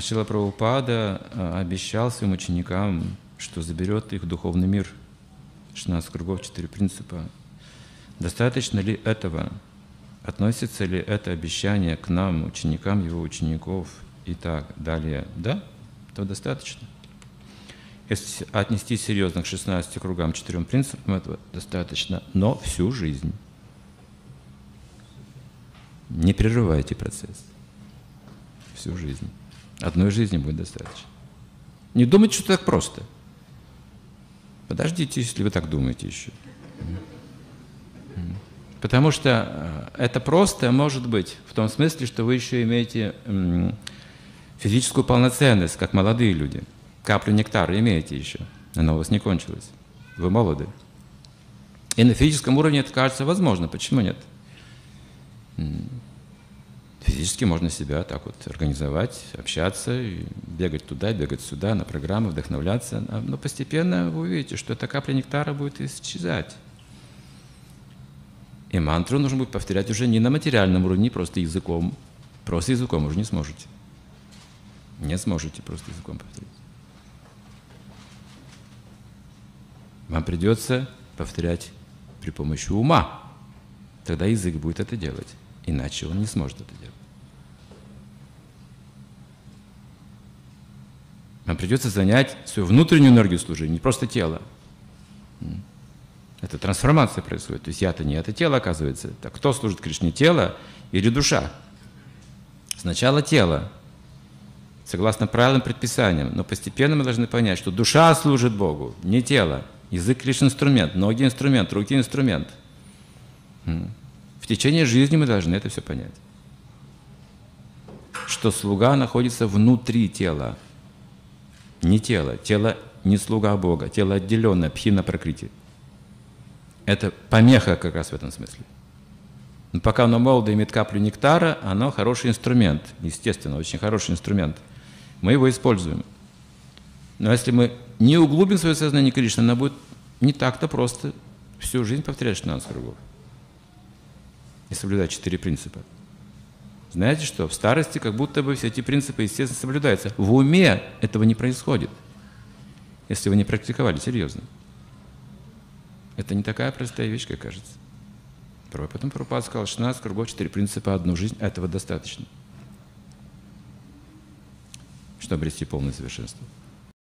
Шрила Прабхупада обещал своим ученикам, что заберет их в духовный мир. 16 кругов, 4 принципа. Достаточно ли этого? Относится ли это обещание к нам, ученикам его учеников и так далее? Да, то достаточно. Если отнестись серьезно к 16 кругам, 4 принципам, этого достаточно, но всю жизнь. Не прерывайте процесс. Всю жизнь. Одной жизни будет достаточно. Не думайте, что так просто. Подождите, если вы так думаете еще. Потому что это просто может быть в том смысле, что вы еще имеете физическую полноценность, как молодые люди. Каплю нектара имеете еще. Она у вас не кончилась. Вы молоды. И на физическом уровне это кажется возможно. Почему нет? Физически можно себя так вот организовать, общаться, бегать туда, бегать сюда, на программы, вдохновляться. Но постепенно вы увидите, что эта капля нектара будет исчезать. И мантру нужно будет повторять уже не на материальном уровне, не просто языком. Просто языком уже не сможете. Не сможете просто языком повторять. Вам придется повторять при помощи ума. Тогда язык будет это делать. Иначе он не сможет это делать. Вам придется занять свою внутреннюю энергию служения, не просто тело. Это трансформация происходит. То есть я-то не это тело, оказывается. Так кто служит Кришне, тело или душа? Сначала тело, согласно правилам, предписаниям. Но постепенно мы должны понять, что душа служит Богу, не тело. Язык лишь инструмент, ноги инструмент, руки инструмент. В течение жизни мы должны это все понять. Что слуга находится внутри тела. Не тело. Тело не слуга Бога. Тело отделенное, пхина пракрити. Это помеха как раз в этом смысле. Но пока оно молодо, имеет каплю нектара, оно хороший инструмент. Естественно, очень хороший инструмент. Мы его используем. Но если мы не углубим свое сознание Кришны, оно будет не так-то просто всю жизнь повторять 16 кругов. И соблюдать 4 принципа. Знаете что? В старости как будто бы все эти принципы, естественно, соблюдаются. В уме этого не происходит, если вы не практиковали серьезно. Это не такая простая вещь, как кажется. Потом Прабхупада сказал, 16 кругов, 4 принципа, одну жизнь. Этого достаточно, чтобы обрести полное совершенство.